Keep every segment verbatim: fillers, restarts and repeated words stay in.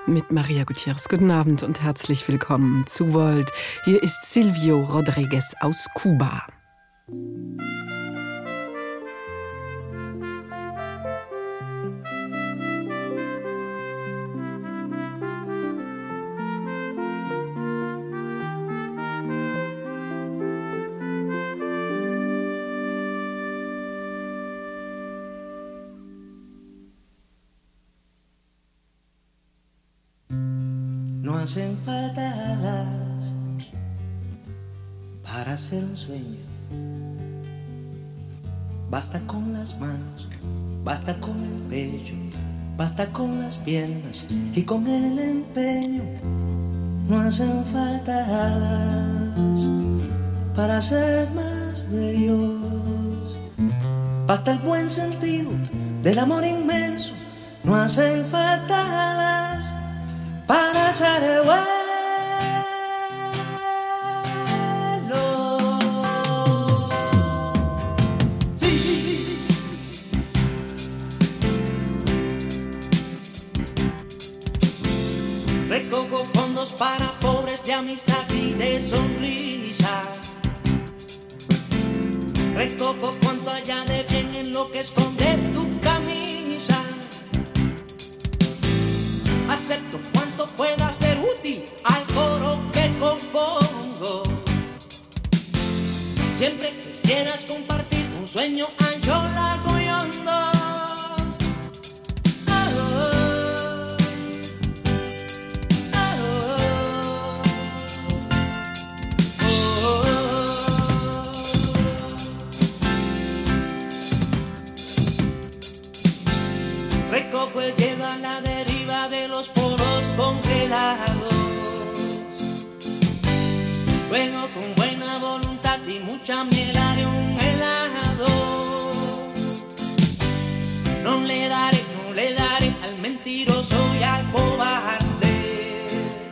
mit Maria Gutierrez. Guten Abend und herzlich willkommen zu Volt. Hier ist Silvio Rodriguez aus Kuba. No hacen falta alas para hacer un sueño. Basta con las manos, basta con el pecho, basta con las piernas y con el empeño. No hacen falta alas para ser más bellos. Basta el buen sentido del amor inmenso. No hacen falta alas para alzar el vuelo. Sí. Recojo fondos para pobres de amistad y de sonrisa. Recojo cuanto haya de bien en lo que esconde tu camisa. Acepto cuanto pueda ser útil al coro que compongo. Siempre que quieras compartir un sueño ancho, largo y hondo. Oh, oh, oh, oh. Recojo el hielo a la deriva de los poros congelados. Juego con buena voluntad y mucha miel haré un helado. No le daré, no le daré al mentiroso y al cobarde.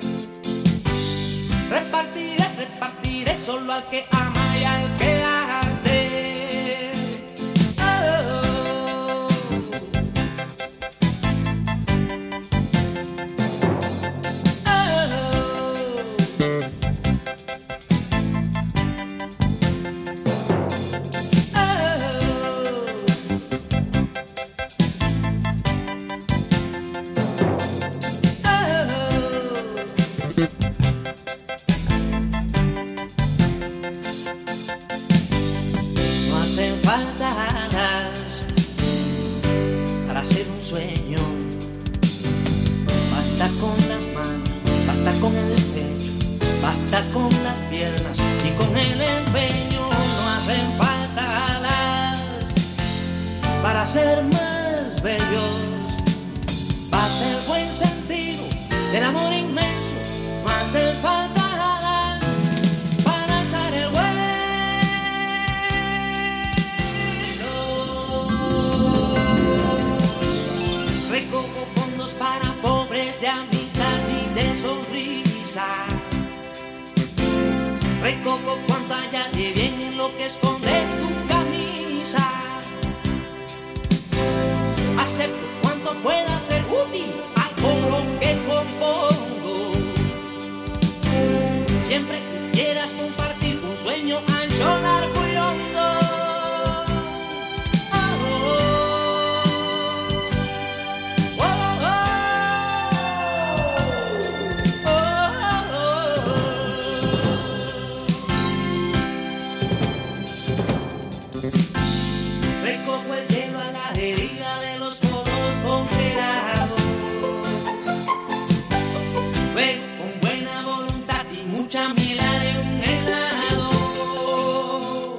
Repartiré, repartiré solo al que ama y al que arde. Ser más bellos, basta el buen sentido del amor inmenso. No hace falta alas para alzar el vuelo. Recojo fondos para pobres de amistad y de sonrisa. Recojo cuanto haya de bien en lo que esconde tu camisa. Acepto cuanto pueda ser útil al coro que compongo. Siempre que quieras compartir un sueño ancho, largo y hondo. Recojo el hielo a la deriva de los poros congelados. Juego con buena voluntad y mucha miel haré un helado.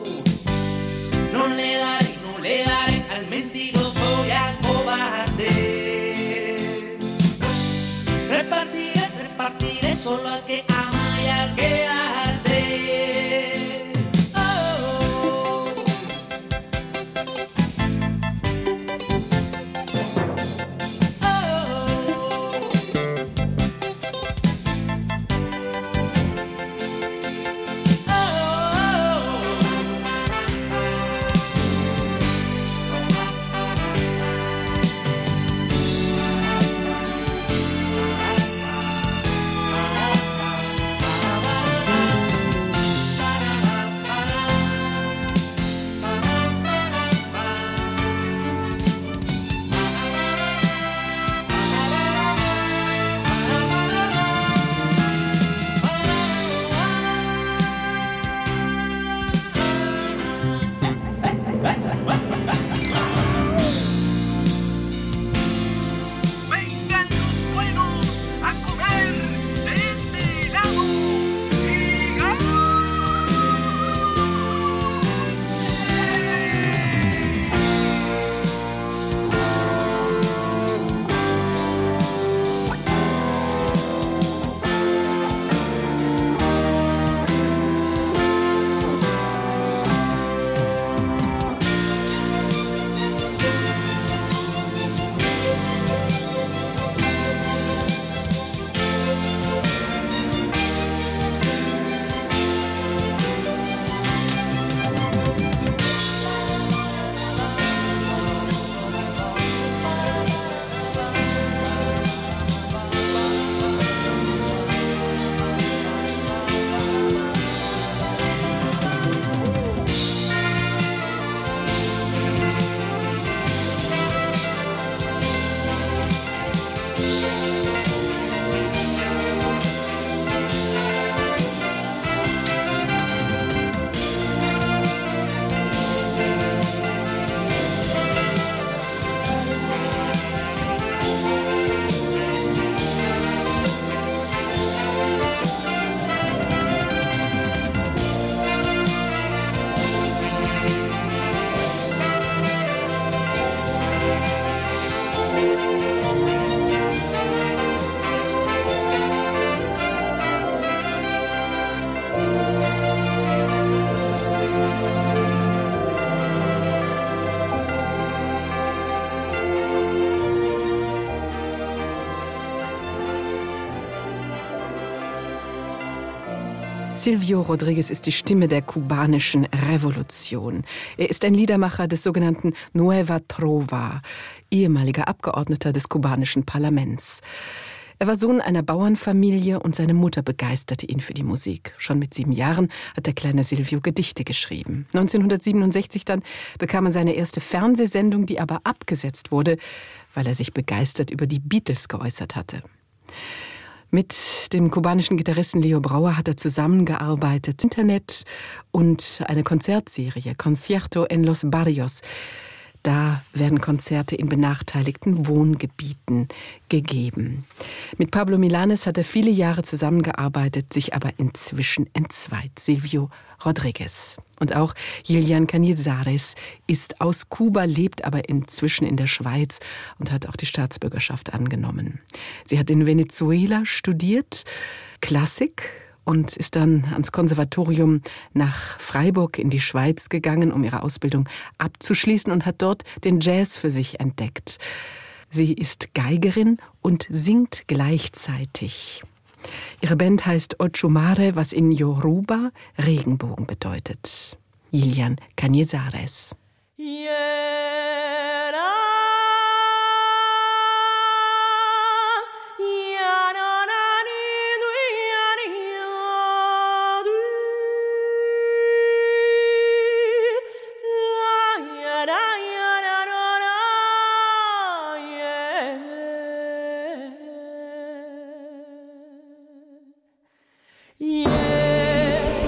Silvio Rodríguez ist die Stimme der kubanischen Revolution. Er ist ein Liedermacher des sogenannten Nueva Trova, ehemaliger Abgeordneter des kubanischen Parlaments. Er war Sohn einer Bauernfamilie und seine Mutter begeisterte ihn für die Musik. Schon mit sieben Jahren hat der kleine Silvio Gedichte geschrieben. neunzehnhundertsiebenundsechzig dann bekam er seine erste Fernsehsendung, die aber abgesetzt wurde, weil er sich begeistert über die Beatles geäußert hatte. Mit dem kubanischen Gitarristen Leo Brauer hat er zusammengearbeitet. Internet und eine Konzertserie, Concierto en los Barrios. Da werden Konzerte in benachteiligten Wohngebieten gegeben. Mit Pablo Milanés hat er viele Jahre zusammengearbeitet, sich aber inzwischen entzweit. Silvio Rodríguez. Und auch Lilian Cañizares ist aus Kuba, lebt aber inzwischen in der Schweiz und hat auch die Staatsbürgerschaft angenommen. Sie hat in Venezuela studiert, Klassik, und ist dann ans Konservatorium nach Freiburg in die Schweiz gegangen, um ihre Ausbildung abzuschließen und hat dort den Jazz für sich entdeckt. Sie ist Geigerin und singt gleichzeitig. Ihre Band heißt Ochumare, was in Yoruba Regenbogen bedeutet. Lilian Cañizares. Yeah.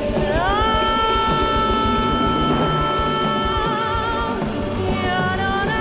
Yeah.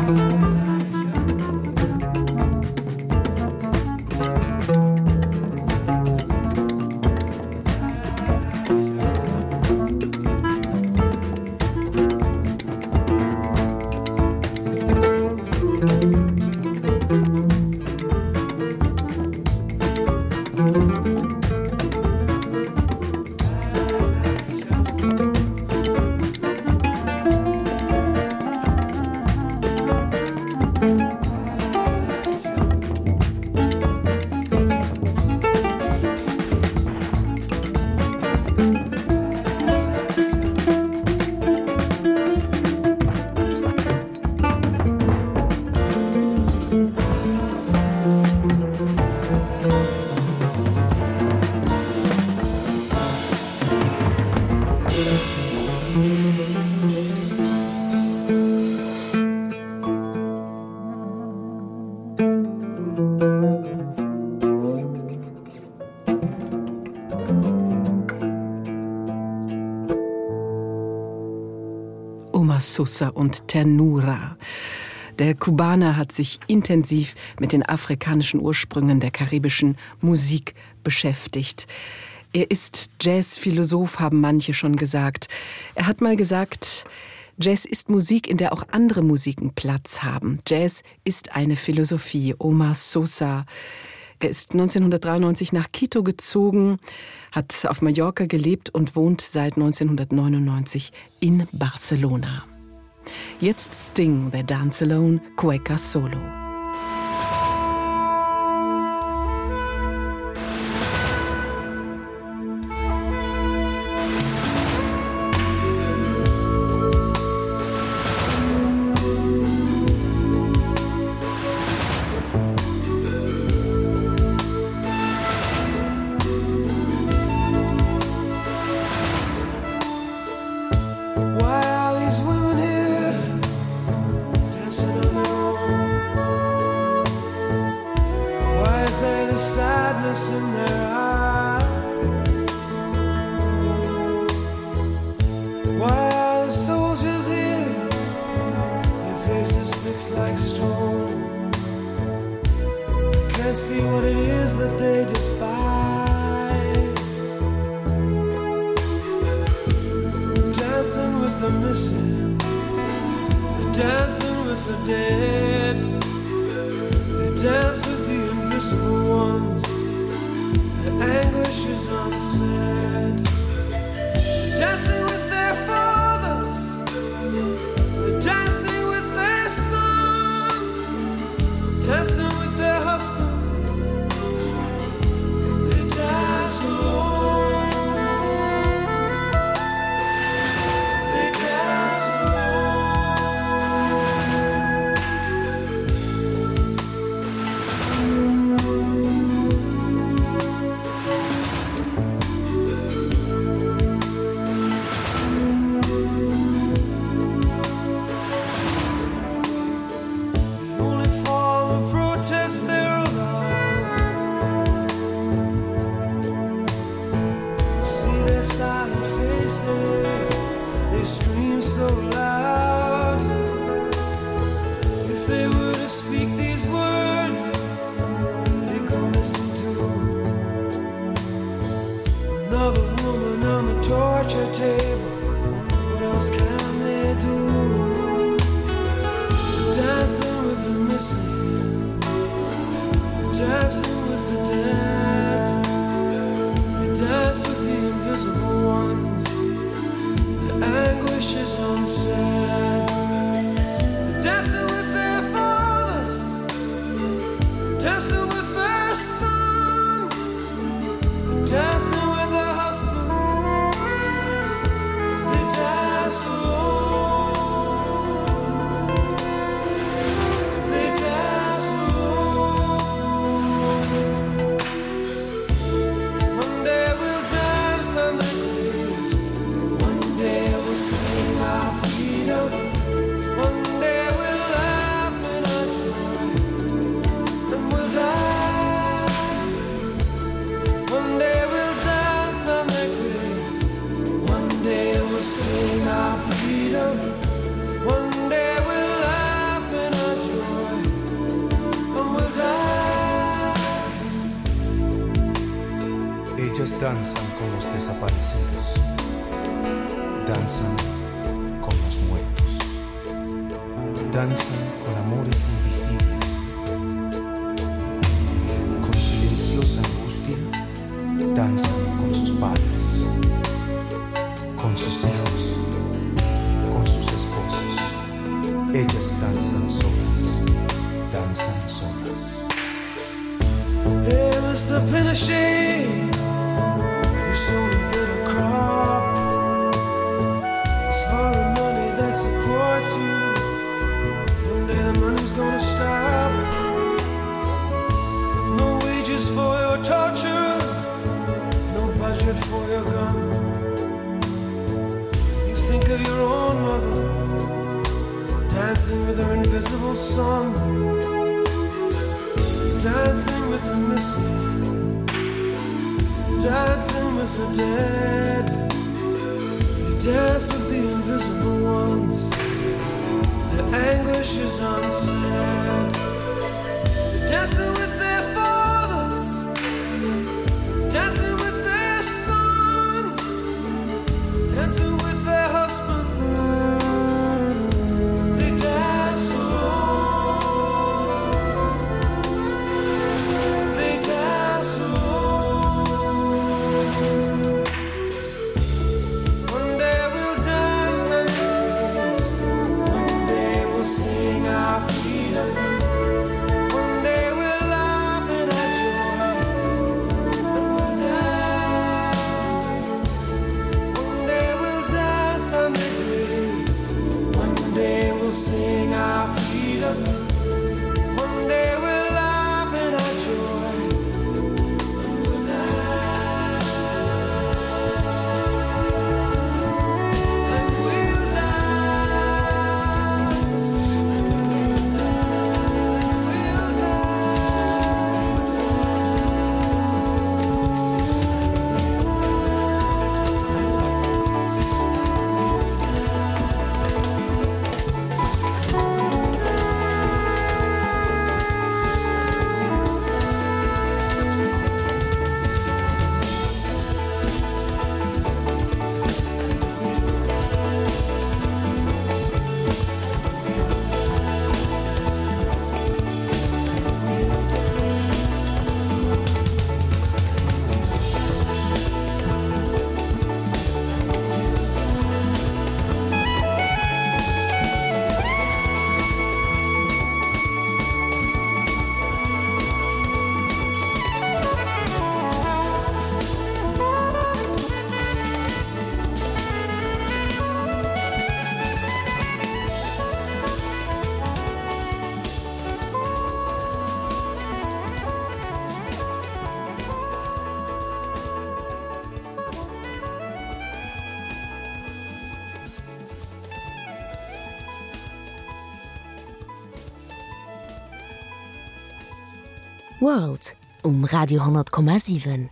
Sosa und Ternura. Der Kubaner hat sich intensiv mit den afrikanischen Ursprüngen der karibischen Musik beschäftigt. Er ist Jazzphilosoph, haben manche schon gesagt. Er hat mal gesagt, Jazz ist Musik, in der auch andere Musiken Platz haben. Jazz ist eine Philosophie. Omar Sosa. Er ist neunzehnhundertdreiundneunzig nach Quito gezogen, hat auf Mallorca gelebt und wohnt seit neunzehnhundertneunundneunzig in Barcelona. Jetzt Sting, They Dance Alone, Cueca Solo. danzan con amores invisibles. Con silenciosa angustia danzan con sus padres, con sus hijos, con sus esposos. Ellas danzan solas, danzan solas. Hey, Mister Pinochet, you sold a bitter crop. It's foreign money that supports you. One day the money's gonna stop. No wages for your torturer, no budget for your gun. You think of your own mother, dancing with her invisible son, dancing with the missing, dancing with the dead. You dance with the invisible ones, their anguish is unsaid. You're dancing with their fathers, dancing with their sons, dancing with their husbands. They dance alone, they dance alone. One day we'll dance and dance, one day we'll sing our freedom, one day we'll laugh in our joy, and we'll dance. One day we'll dance on the graves, one day we'll sing our freedom, one day we'll laugh in our joy, and we'll dance. And we'll dance. And we'll dance. We'll World um Radio hundert Komma sieben.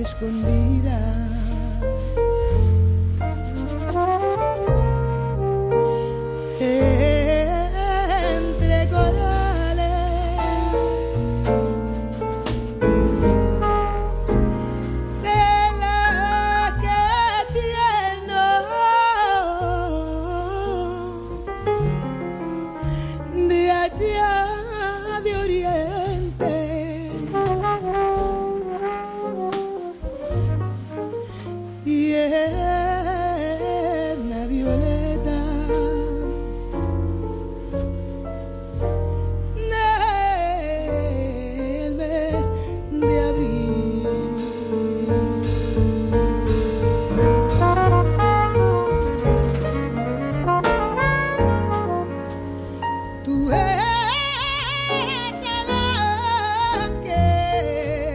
escondida. Entre corales de la que tiene de allá de oriente. Tierna violeta del mes de abril. Tú eres el ángel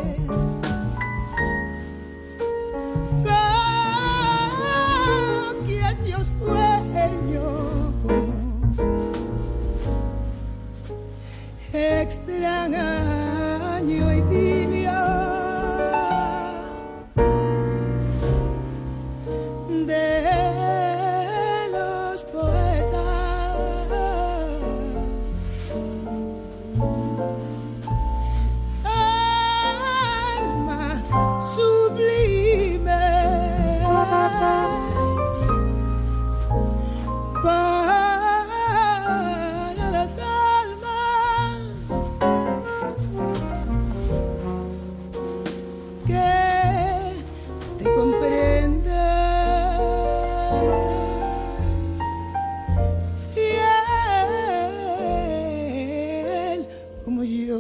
con quien yo sueño, extraño idilio de los poetas. Alma sublime para las almas que te comprenden, fiel como yo.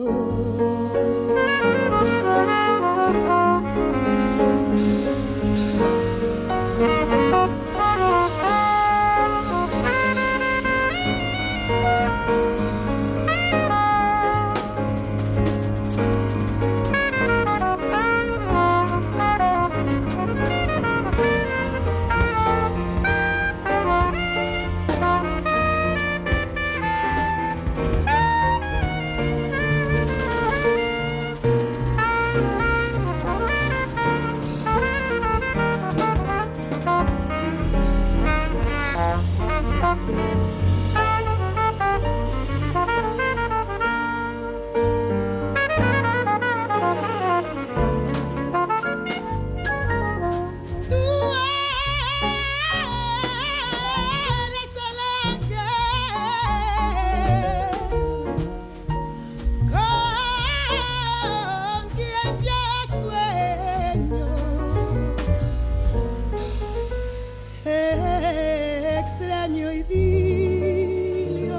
Tú eres el ángel con quien yo sueño, extraño idilio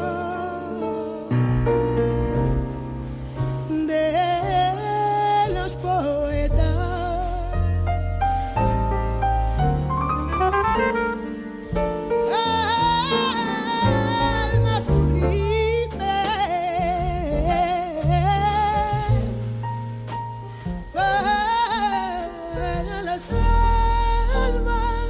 de los poetas. Alma sublime para las almas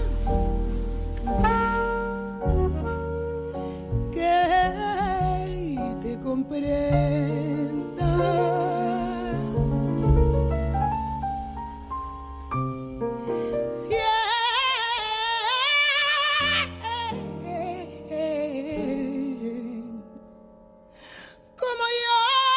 que te comprendan, fiel como yo.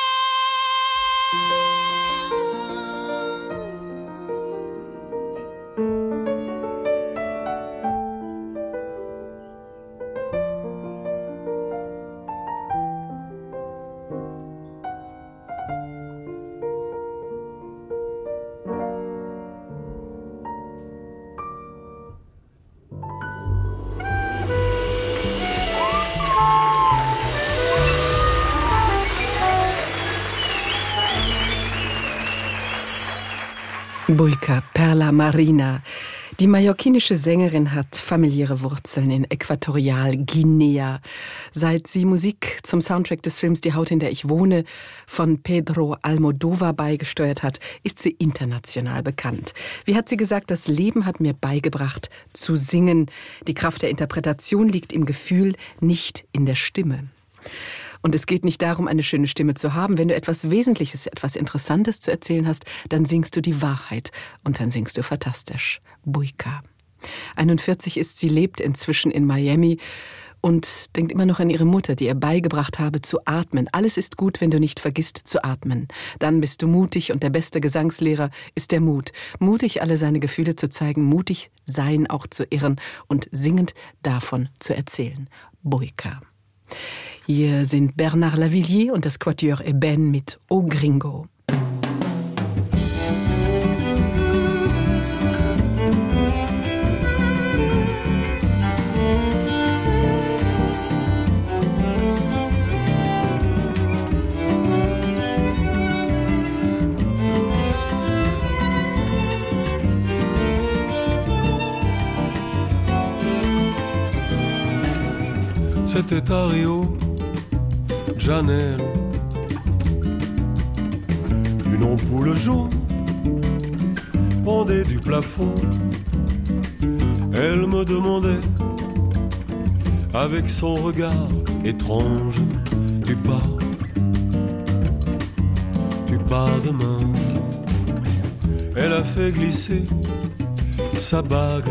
Buika Perla Marina. Die mallorquinische Sängerin hat familiäre Wurzeln in Äquatorialguinea. Seit sie Musik zum Soundtrack des Films Die Haut, in der ich wohne von Pedro Almodóvar beigesteuert hat, ist sie international bekannt. Wie hat sie gesagt, das Leben hat mir beigebracht zu singen. Die Kraft der Interpretation liegt im Gefühl, nicht in der Stimme. Und es geht nicht darum, eine schöne Stimme zu haben. Wenn du etwas Wesentliches, etwas Interessantes zu erzählen hast, dann singst du die Wahrheit und dann singst du fantastisch. Bujka. einundvierzig ist sie, lebt inzwischen in Miami und denkt immer noch an ihre Mutter, die ihr beigebracht habe zu atmen. Alles ist gut, wenn du nicht vergisst zu atmen. Dann bist du mutig und der beste Gesangslehrer ist der Mut. Mutig, alle seine Gefühle zu zeigen, mutig sein auch zu irren und singend davon zu erzählen. Bujka. Hier sind Bernard Lavillier und das Quatuor Eben mit O Gringo. C'était à Rio, Janelle, une ampoule jaune pendait du plafond. Elle me demandait, avec son regard étrange, tu pars, tu pars demain. Elle a fait glisser sa bague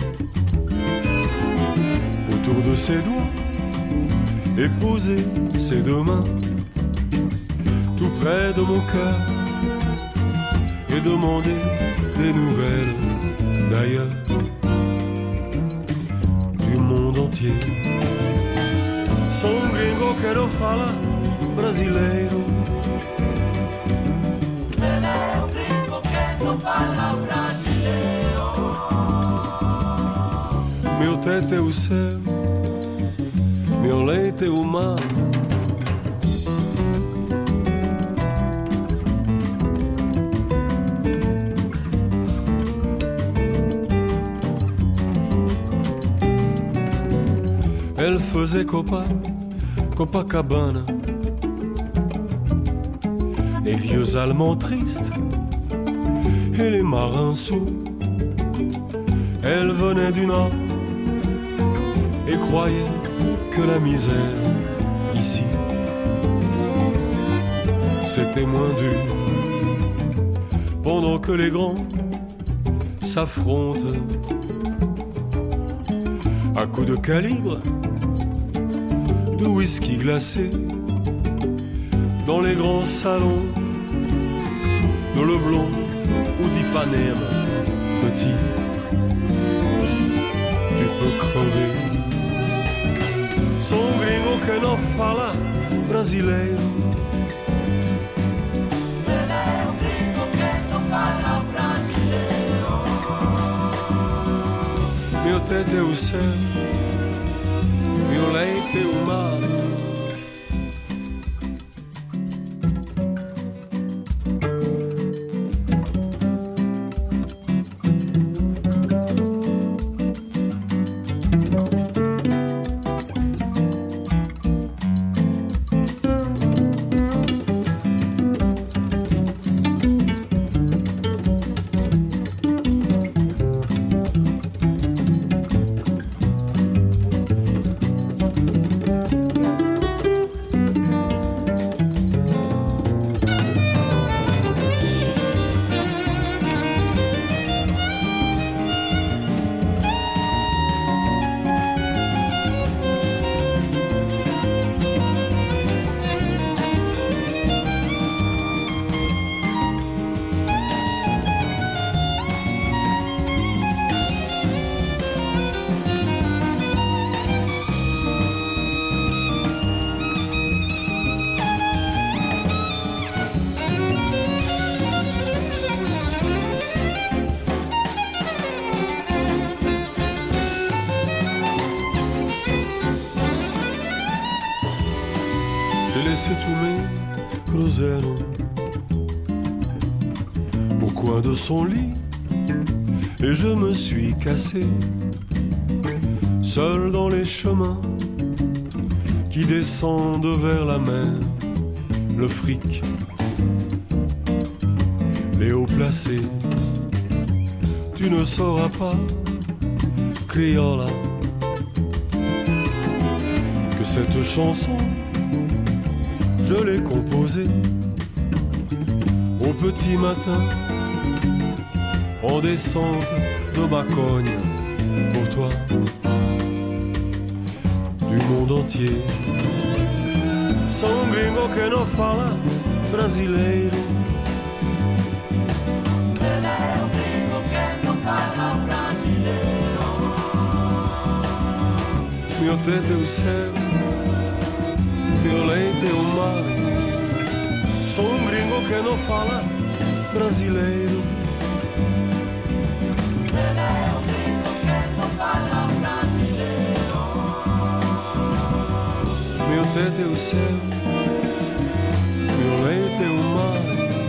autour de ses doigts et poser ses deux mains tout près de mon cœur et demander des nouvelles d'ailleurs, du monde entier. Sou um gringo que não fala brasileiro. Ele é um gringo que não fala brasileiro. Meu teto é o céu, meu leite é o mar. Elle faisait Copa, Copacabana. Les vieux Allemands tristes et les marins sourds. Elle venait du nord et croyait que la misère ici c'était moins dur. Pendant que les grands s'affrontent à coups de calibre, de whisky glacé dans les grands salons de Leblon ou d'Ipanema. Petit, tu peux crever. Sou um gringo que não fala brasileiro. Ele é um gringo que não fala brasileiro. Meu teto é o céu, meu leite é o mar. Laissé tous mes cruzeros au coin de son lit et je me suis cassé seul dans les chemins qui descendent vers la mer. Le fric, les hauts placés, tu ne sauras pas, criolla, que cette chanson je l'ai composé au petit matin en descente de Bacogne pour toi du monde entier. Sou um gringo que não fala brasileiro. Ele é um gringo que não fala brasileiro. Meu teto é o céu, meu leite é o mar. Sou um gringo que não fala brasileiro. Ele é um gringo que não fala brasileiro. Meu teto é o céu, meu leite é o mar.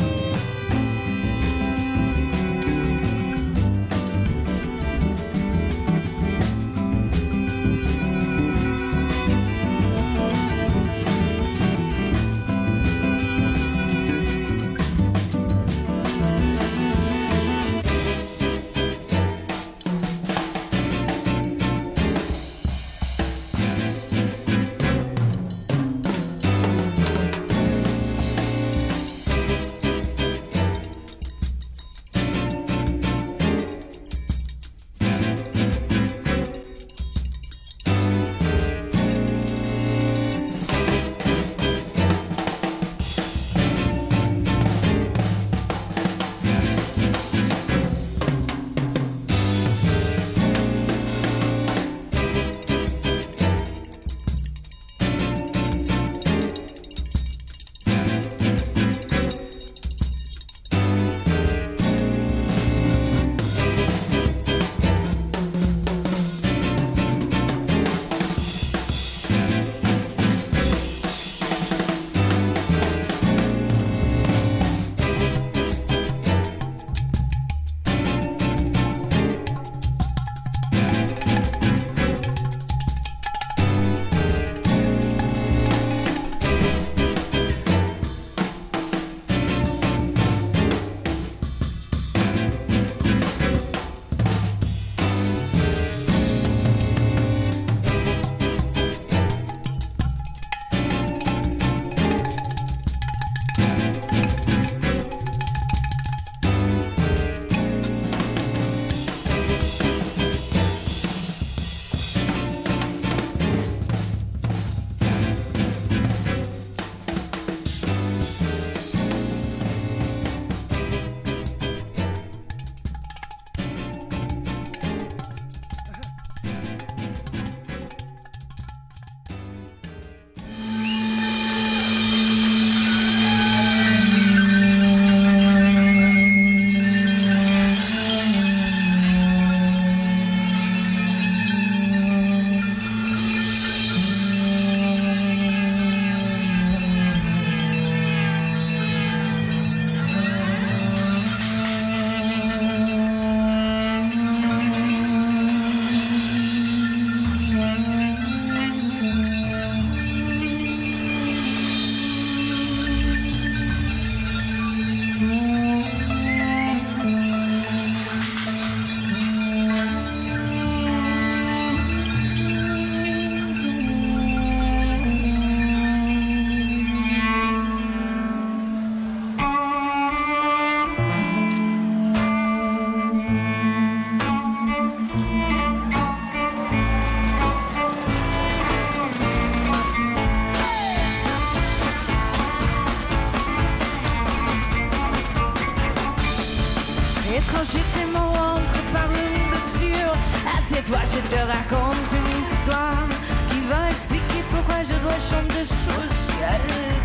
Étranger tellement entre par une blessure. Assieds-toi, je te raconte une histoire qui va expliquer pourquoi je dois chanter sous le ciel.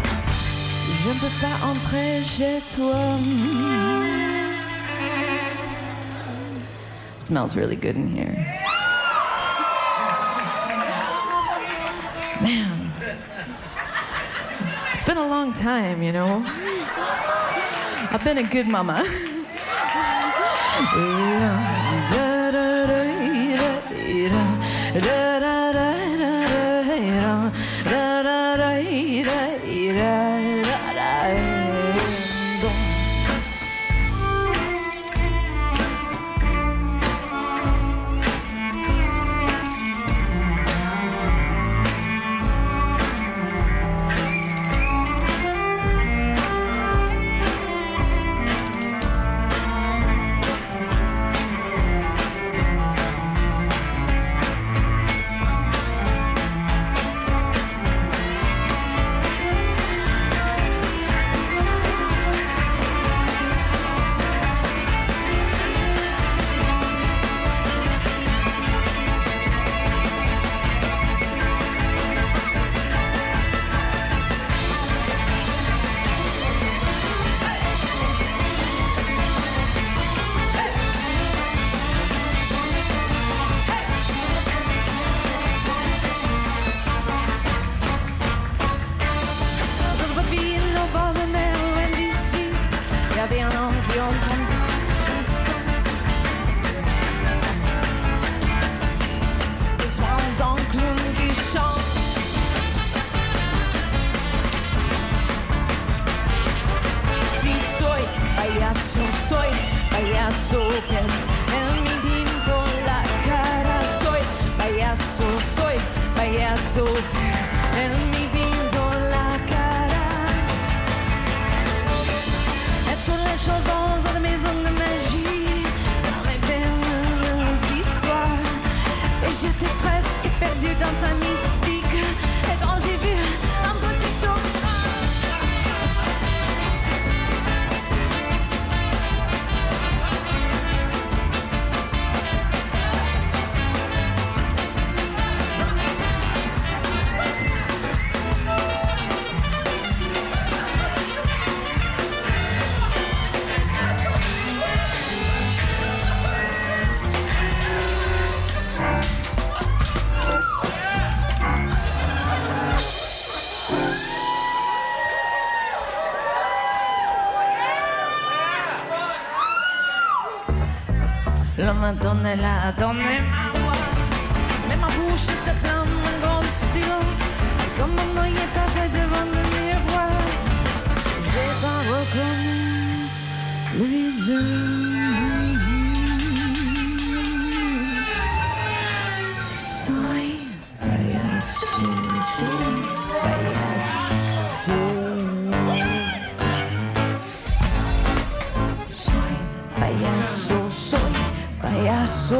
Je ne peux pas entrer chez toi. Smells really good in here. Man, it's been a long time, you know. I've been a good mama. entendu des sons d'un clown qui chante. Si soy payaso, soy payaso, pero él me pinto la cara. Soy payaso, soy payaso, él me pinto la cara. Et toutes les choses dans une maison de magie, dans les belles histoires. Et j'étais presque perdue dans sa mystique. Et quand j'ai vu un petit show, l'homme m'a donné la donné ma voix, mais ma bouche était pleine d'un grand silence. Et comme mon œil est passé devant le miroir, j'ai pas reconnu le visage. Soy payaso, soy payaso. Soy payaso, soy payaso.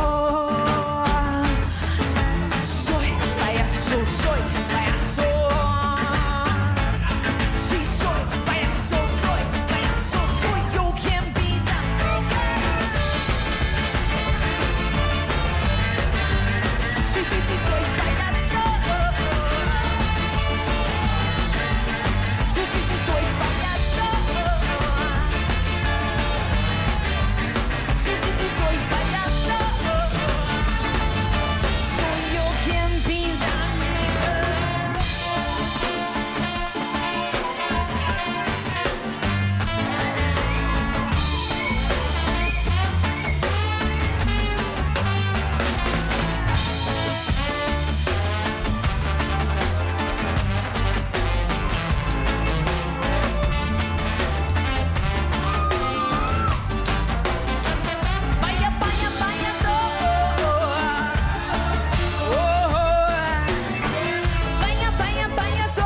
Soy payaso, soy payaso. Si soy payaso, soy payaso, soy yo quien pinta. Si, si, si, soy payaso. Si, si, si, soy payaso. Sí, sí, sí, soy payaso. Soy yo quien pinta. Vaya, vaya, payaso. Oh, vaya, vaya, payaso.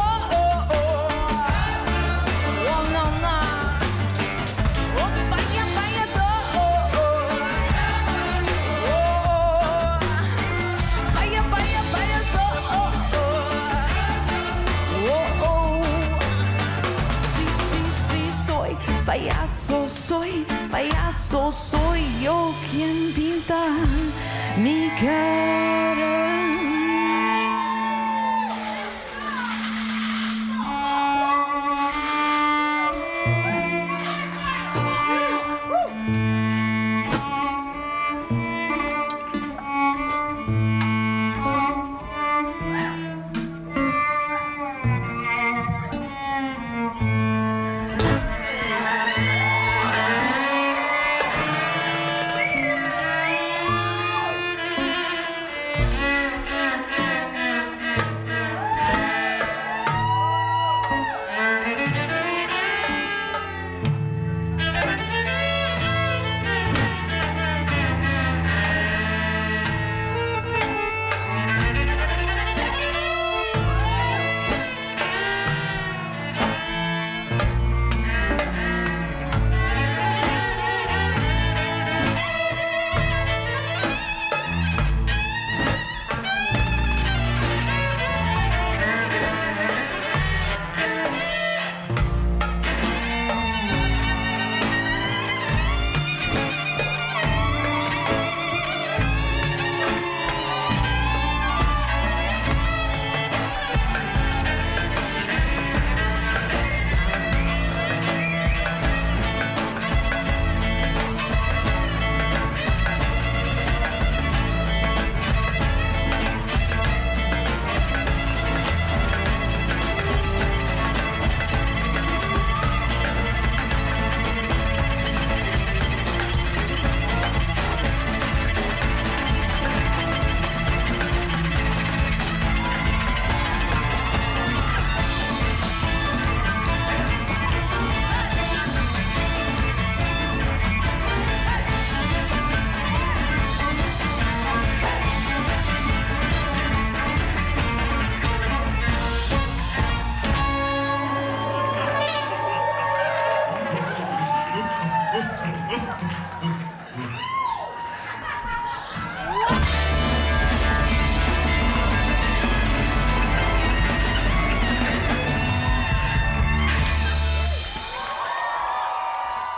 Oh, no, no. Oh, vaya, payaso. Oh, vaya, vaya, payaso. Oh, oh. Sí, sí, sí, soy payaso, soy payaso, soy yo quien pinta mi cara.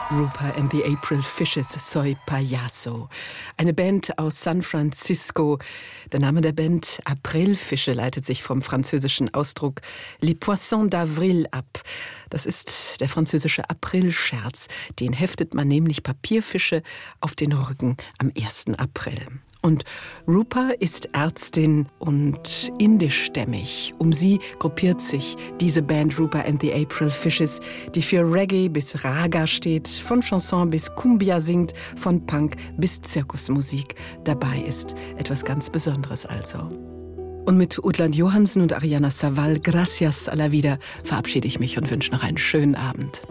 Rupa and the April Fishes, Soy Payaso. Eine Band aus San Francisco. Der Name der Band Aprilfische leitet sich vom französischen Ausdruck Les Poissons d'Avril ab. Das ist der französische Aprilscherz. Den heftet man nämlich Papierfische auf den Rücken am ersten April. Und Rupa ist Ärztin und indischstämmig. Um sie gruppiert sich diese Band Rupa and the April Fishes, die für Reggae bis Raga steht, von Chanson bis Cumbia singt, von Punk bis Zirkusmusik. Dabei ist etwas ganz Besonderes also. Und mit Utland Johansen und Ariana Saval, Gracias a la vida, verabschiede ich mich und wünsche noch einen schönen Abend.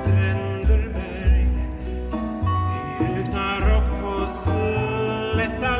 Let